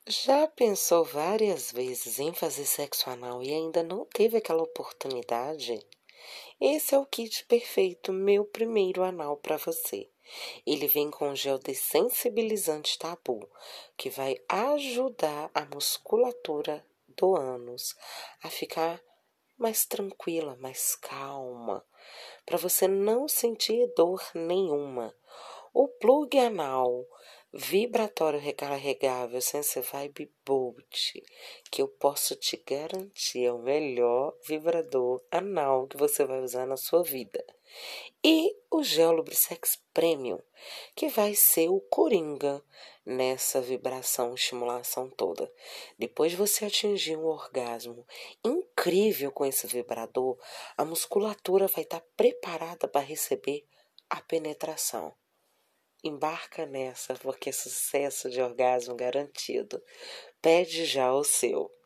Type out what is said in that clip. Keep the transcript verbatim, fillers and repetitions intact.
Já pensou várias vezes em fazer sexo anal e ainda não teve aquela oportunidade? Esse é o kit perfeito, meu primeiro anal para você. Ele vem com gel dessensibilizante tabu, que vai ajudar a musculatura do ânus a ficar mais tranquila, mais calma, para você não sentir dor nenhuma. O plug anal vibratório recarregável Sense Vibe Bolt, que eu posso te garantir é o melhor vibrador anal que você vai usar na sua vida. E o gel Lubrisex Premium, que vai ser o coringa nessa vibração, estimulação toda. Depois de você atingir um orgasmo incrível com esse vibrador, a musculatura vai estar preparada para receber a penetração. Embarca nessa, porque é sucesso de orgasmo garantido. Pede já o seu.